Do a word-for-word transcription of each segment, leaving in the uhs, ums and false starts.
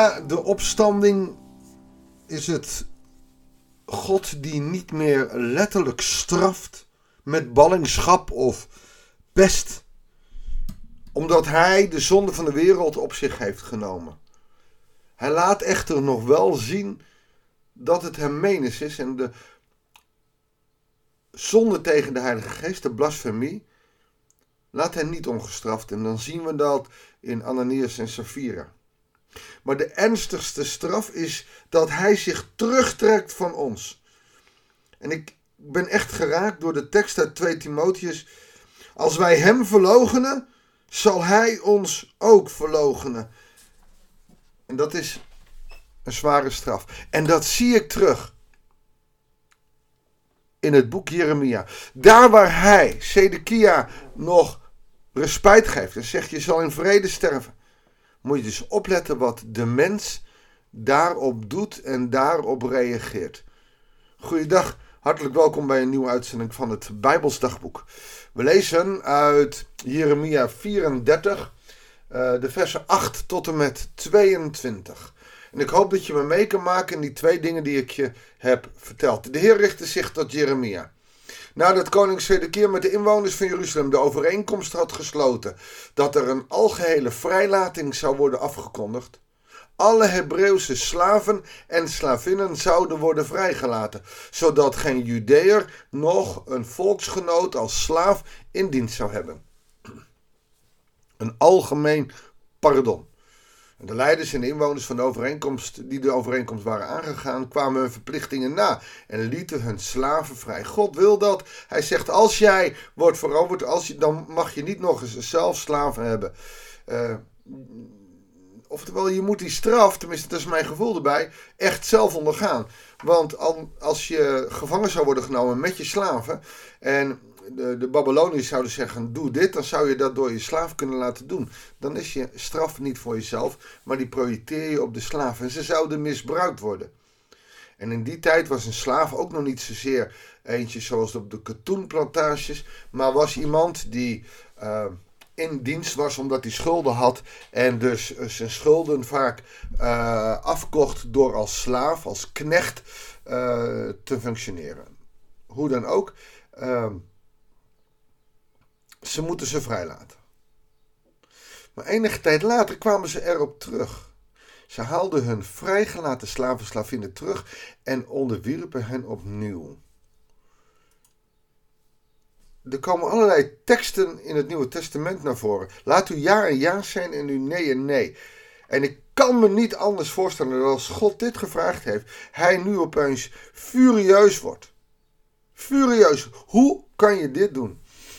Na de opstanding is het God die niet meer letterlijk straft met ballingschap of pest, omdat hij de zonde van de wereld op zich heeft genomen. Hij laat echter nog wel zien dat het hem menens is en de zonde tegen de Heilige Geest, de blasfemie, laat hij niet ongestraft. En dan zien we dat in Ananias en Safira. Maar de ernstigste straf is dat hij zich terugtrekt van ons. En ik ben echt geraakt door de tekst uit twee Timotheus. Als wij hem verloochenen, zal hij ons ook verloochenen. En dat is een zware straf. En dat zie ik terug in het boek Jeremia. Daar waar hij, Zedekia, nog respijt geeft en zegt je zal in vrede sterven, moet je dus opletten wat de mens daarop doet en daarop reageert. Goeiedag, hartelijk welkom bij een nieuwe uitzending van het Bijbels Dagboek. We lezen uit Jeremia vierendertig, uh, de versen acht tot en met tweeëntwintig. En ik hoop dat je me mee kan maken in die twee dingen die ik je heb verteld. De Heer richtte zich tot Jeremia. Nadat koning Zedekia met de inwoners van Jeruzalem de overeenkomst had gesloten dat er een algehele vrijlating zou worden afgekondigd, alle Hebreeuwse slaven en slavinnen zouden worden vrijgelaten, zodat geen Judeër nog een volksgenoot als slaaf in dienst zou hebben. Een algemeen pardon. De leiders en de inwoners van de overeenkomst, die de overeenkomst waren aangegaan, kwamen hun verplichtingen na en lieten hun slaven vrij. God wil dat. Hij zegt, als jij wordt veroverd, als je, dan mag je niet nog eens zelf slaven hebben. Uh, oftewel, je moet die straf, tenminste dat is mijn gevoel erbij, echt zelf ondergaan. Want als je gevangen zou worden genomen met je slaven en de, de Babyloniërs zouden zeggen, doe dit, dan zou je dat door je slaaf kunnen laten doen. Dan is je straf niet voor jezelf, maar die projecteer je op de slaaf. En ze zouden misbruikt worden. En in die tijd was een slaaf ook nog niet zozeer eentje zoals op de katoenplantages, maar was iemand die uh, in dienst was omdat hij schulden had en dus uh, zijn schulden vaak uh, afkocht door als slaaf, als knecht uh, te functioneren. Hoe dan ook. Uh, Ze moeten ze vrijlaten. Maar enige tijd later kwamen ze erop terug. Ze haalden hun vrijgelaten slaven en slavinnen terug en onderwierpen hen opnieuw. Er komen allerlei teksten in het Nieuwe Testament naar voren. Laat uw ja en ja zijn en uw nee en nee. En ik kan me niet anders voorstellen dat als God dit gevraagd heeft, hij nu opeens furieus wordt. Furieus. Hoe kan je dit doen?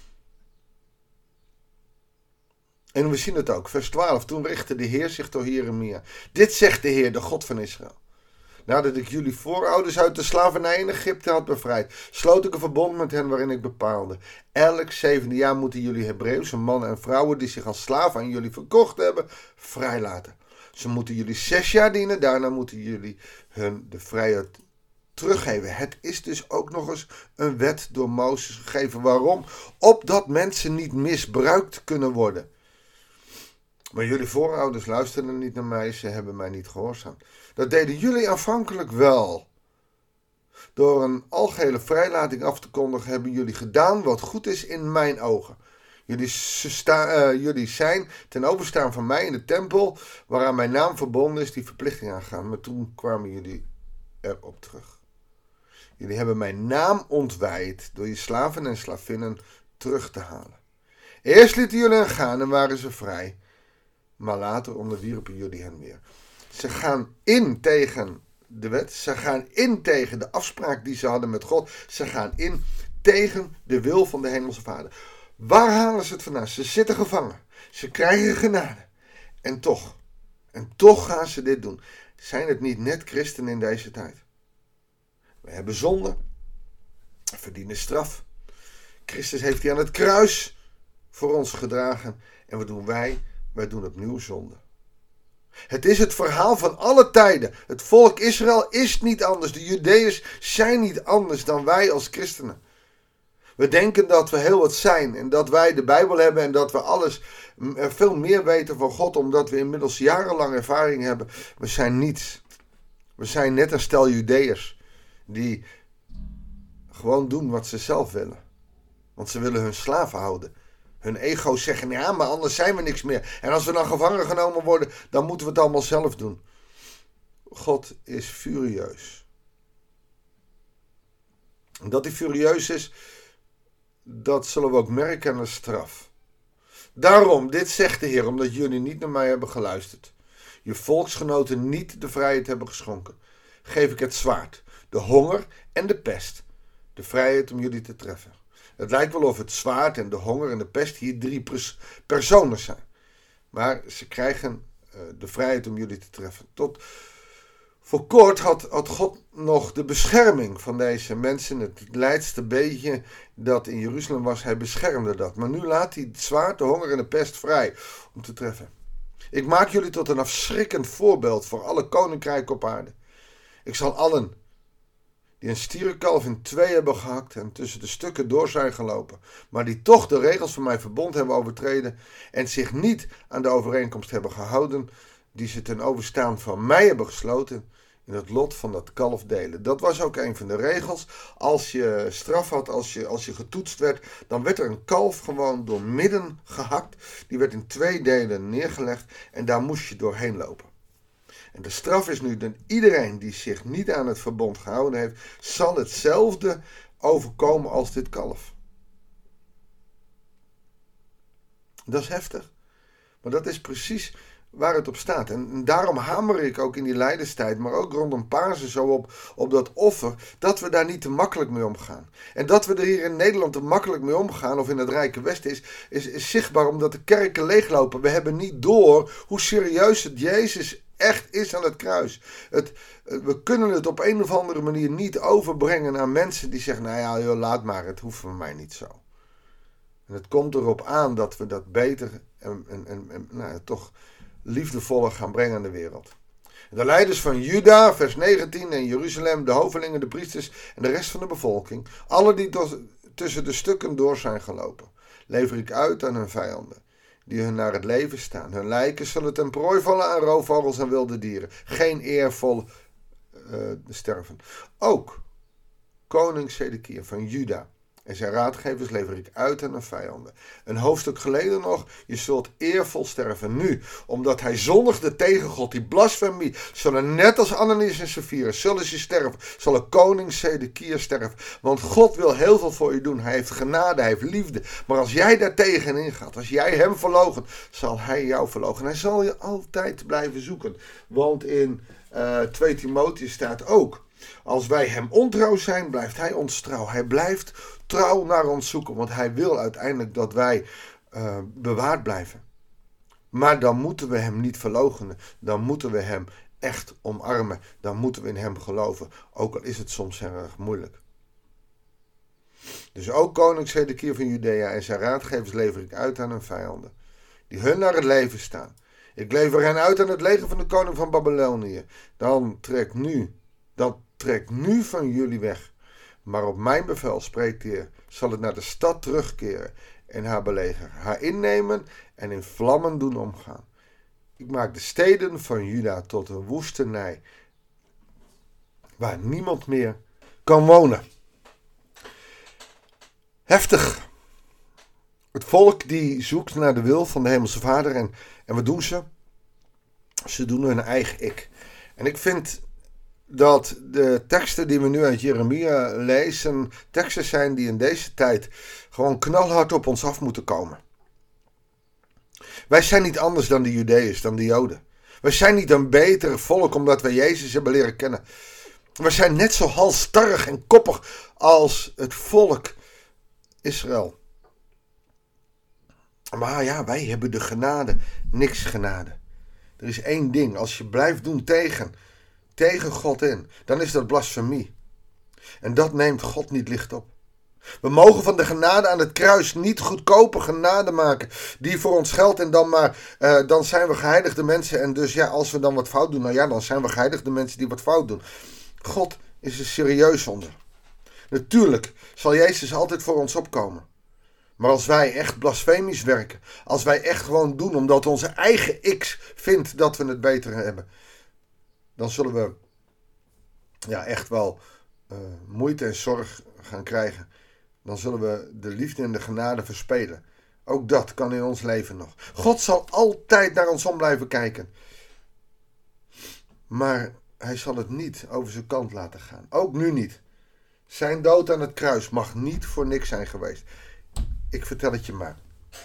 En we zien het ook, vers twaalf. Toen richtte de Heer zich tot Jeremia. Dit zegt de Heer, de God van Israël. Nadat ik jullie voorouders uit de slavernij in Egypte had bevrijd, sloot ik een verbond met hen waarin ik bepaalde. Elk zevende jaar moeten jullie Hebreeuwse mannen en vrouwen die zich als slaaf aan jullie verkocht hebben, vrijlaten. Ze moeten jullie zes jaar dienen, daarna moeten jullie hun de vrijheid teruggeven. Het is dus ook nog eens een wet door Mozes gegeven. Waarom? Opdat mensen niet misbruikt kunnen worden. Maar jullie voorouders luisterden niet naar mij, ze hebben mij niet gehoorzaamd. Dat deden jullie aanvankelijk wel. Door een algehele vrijlating af te kondigen hebben jullie gedaan wat goed is in mijn ogen. Jullie, sta, uh, jullie zijn ten overstaan van mij in de tempel, waaraan mijn naam verbonden is, die verplichting aangaan. Maar toen kwamen jullie erop terug. Jullie hebben mijn naam ontwijd door je slaven en slavinnen terug te halen. Eerst lieten jullie hen gaan en waren ze vrij. Maar later onderwierpen jullie hen weer. Ze gaan in tegen de wet. Ze gaan in tegen de afspraak die ze hadden met God. Ze gaan in tegen de wil van de Hemelse Vader. Waar halen ze het vandaan? Ze zitten gevangen. Ze krijgen genade. En toch, en toch gaan ze dit doen. Zijn het niet net christenen in deze tijd? We hebben zonde. We verdienen straf. Christus heeft die aan het kruis voor ons gedragen. En wat doen wij? Wij doen opnieuw zonde. Het is het verhaal van alle tijden. Het volk Israël is niet anders. De Judeërs zijn niet anders dan wij als christenen. We denken dat we heel wat zijn en dat wij de Bijbel hebben en dat we alles veel meer weten van God, omdat we inmiddels jarenlang ervaring hebben. We zijn niets. We zijn net een stel Judeërs die gewoon doen wat ze zelf willen. Want ze willen hun slaven houden. Hun ego's zeggen, ja, maar anders zijn we niks meer. En als we dan gevangen genomen worden, dan moeten we het allemaal zelf doen. God is furieus. En dat hij furieus is, dat zullen we ook merken aan de straf. Daarom, dit zegt de Heer, omdat jullie niet naar mij hebben geluisterd. Je volksgenoten niet de vrijheid hebben geschonken. Geef ik het zwaard, de honger en de pest. De vrijheid om jullie te treffen. Het lijkt wel of het zwaard en de honger en de pest hier drie pers- personen zijn. Maar ze krijgen uh, de vrijheid om jullie te treffen. Tot voor kort had, had God nog de bescherming van deze mensen. Het leidste beetje dat in Jeruzalem was, hij beschermde dat. Maar nu laat hij het zwaard, de honger en de pest vrij om te treffen. Ik maak jullie tot een afschrikkend voorbeeld voor alle koninkrijken op aarde. Ik zal allen die een stierenkalf in twee hebben gehakt en tussen de stukken door zijn gelopen, maar die toch de regels van mijn verbond hebben overtreden en zich niet aan de overeenkomst hebben gehouden, die ze ten overstaan van mij hebben gesloten, in het lot van dat kalf delen. Dat was ook een van de regels. Als je straf had, als je, als je getoetst werd, dan werd er een kalf gewoon door midden gehakt. Die werd in twee delen neergelegd en daar moest je doorheen lopen. En de straf is nu dat iedereen die zich niet aan het verbond gehouden heeft, zal hetzelfde overkomen als dit kalf. Dat is heftig. Maar dat is precies waar het op staat. En daarom hamer ik ook in die lijdenstijd, maar ook rondom Pasen zo op, op dat offer, dat we daar niet te makkelijk mee omgaan. En dat we er hier in Nederland te makkelijk mee omgaan, of in het Rijke Westen, is, is, is zichtbaar omdat de kerken leeglopen. We hebben niet door hoe serieus het Jezus echt is aan het kruis. Het, we kunnen het op een of andere manier niet overbrengen aan mensen die zeggen, nou ja, joh, laat maar, het hoeft van mij niet zo. En het komt erop aan dat we dat beter en, en, en, en nou, toch liefdevoller gaan brengen aan de wereld. De leiders van Juda, vers negentien, en Jeruzalem, de hovelingen, de priesters en de rest van de bevolking, alle die tos, tussen de stukken door zijn gelopen, lever ik uit aan hun vijanden, die hun naar het leven staan. Hun lijken zullen ten prooi vallen aan roofvogels en wilde dieren. Geen eervol uh, sterven. Ook koning Zedekia van Juda en zijn raadgevers lever ik uit aan hun vijanden. Een hoofdstuk geleden nog, je zult eervol sterven. Nu, omdat hij zondigde tegen God, die blasfemie, zullen net als Ananias en Safira, zullen ze sterven. Zullen koning Zedekia sterven. Want God wil heel veel voor je doen. Hij heeft genade, hij heeft liefde. Maar als jij daar tegenin gaat, als jij hem verloochent, zal hij jou verloochenen. Hij zal je altijd blijven zoeken. Want in uh, twee Timotheüs staat ook, als wij hem ontrouw zijn, blijft hij ons trouw. Hij blijft trouw naar ons zoeken, want hij wil uiteindelijk dat wij uh, bewaard blijven. Maar dan moeten we hem niet verloochenen. Dan moeten we hem echt omarmen. Dan moeten we in hem geloven. Ook al is het soms heel erg moeilijk. Dus ook koning Zedekia van Judea en zijn raadgevers lever ik uit aan hun vijanden, die hun naar het leven staan. Ik lever hen uit aan het leger van de koning van Babylonië. Dan trek nu, dan trek nu van jullie weg. Maar op mijn bevel, spreekt de Heer, zal het naar de stad terugkeren en haar belegeren, haar innemen en in vlammen doen omgaan. Ik maak de steden van Juda tot een woestenij, waar niemand meer kan wonen. Heftig. Het volk die zoekt naar de wil van de Hemelse Vader en, en wat doen ze? Ze doen hun eigen ik. En ik vind dat de teksten die we nu uit Jeremia lezen, teksten zijn die in deze tijd gewoon knalhard op ons af moeten komen. Wij zijn niet anders dan de Judeërs, dan de Joden. Wij zijn niet een beter volk omdat wij Jezus hebben leren kennen. We zijn net zo halsstarrig en koppig als het volk Israël. Maar ja, wij hebben de genade, niks genade. Er is één ding, als je blijft doen tegen, tegen God in, dan is dat blasfemie. En dat neemt God niet licht op. We mogen van de genade aan het kruis niet goedkope genade maken die voor ons geldt en dan maar, uh, dan zijn we geheiligde mensen en dus ja, als we dan wat fout doen, nou ja, dan zijn we geheiligde mensen die wat fout doen. God is er serieus onder. Natuurlijk zal Jezus altijd voor ons opkomen. Maar als wij echt blasfemisch werken, als wij echt gewoon doen omdat onze eigen X vindt dat we het beter hebben, dan zullen we ja, echt wel uh, moeite en zorg gaan krijgen. Dan zullen we de liefde en de genade verspelen. Ook dat kan in ons leven nog. God zal altijd naar ons om blijven kijken. Maar hij zal het niet over zijn kant laten gaan. Ook nu niet. Zijn dood aan het kruis mag niet voor niks zijn geweest. Ik vertel het je maar.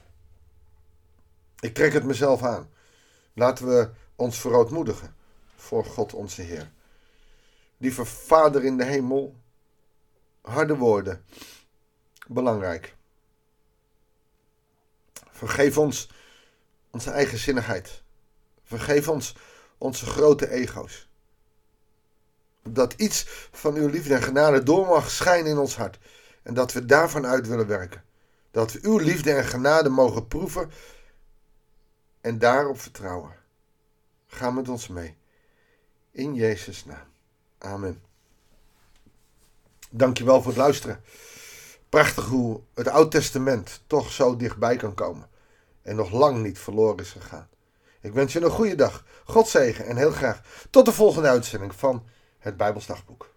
Ik trek het mezelf aan. Laten we ons verootmoedigen voor God onze Heer. Lieve Vader in de hemel, harde woorden, belangrijk. Vergeef ons onze eigenzinnigheid. Vergeef ons onze grote ego's. Dat iets van uw liefde en genade door mag schijnen in ons hart. En dat we daarvan uit willen werken. Dat we uw liefde en genade mogen proeven en daarop vertrouwen. Ga met ons mee. In Jezus' naam. Amen. Dankjewel voor het luisteren. Prachtig hoe het Oude Testament toch zo dichtbij kan komen. En nog lang niet verloren is gegaan. Ik wens je een goede dag. God zegen en heel graag tot de volgende uitzending van het Bijbels Dagboek.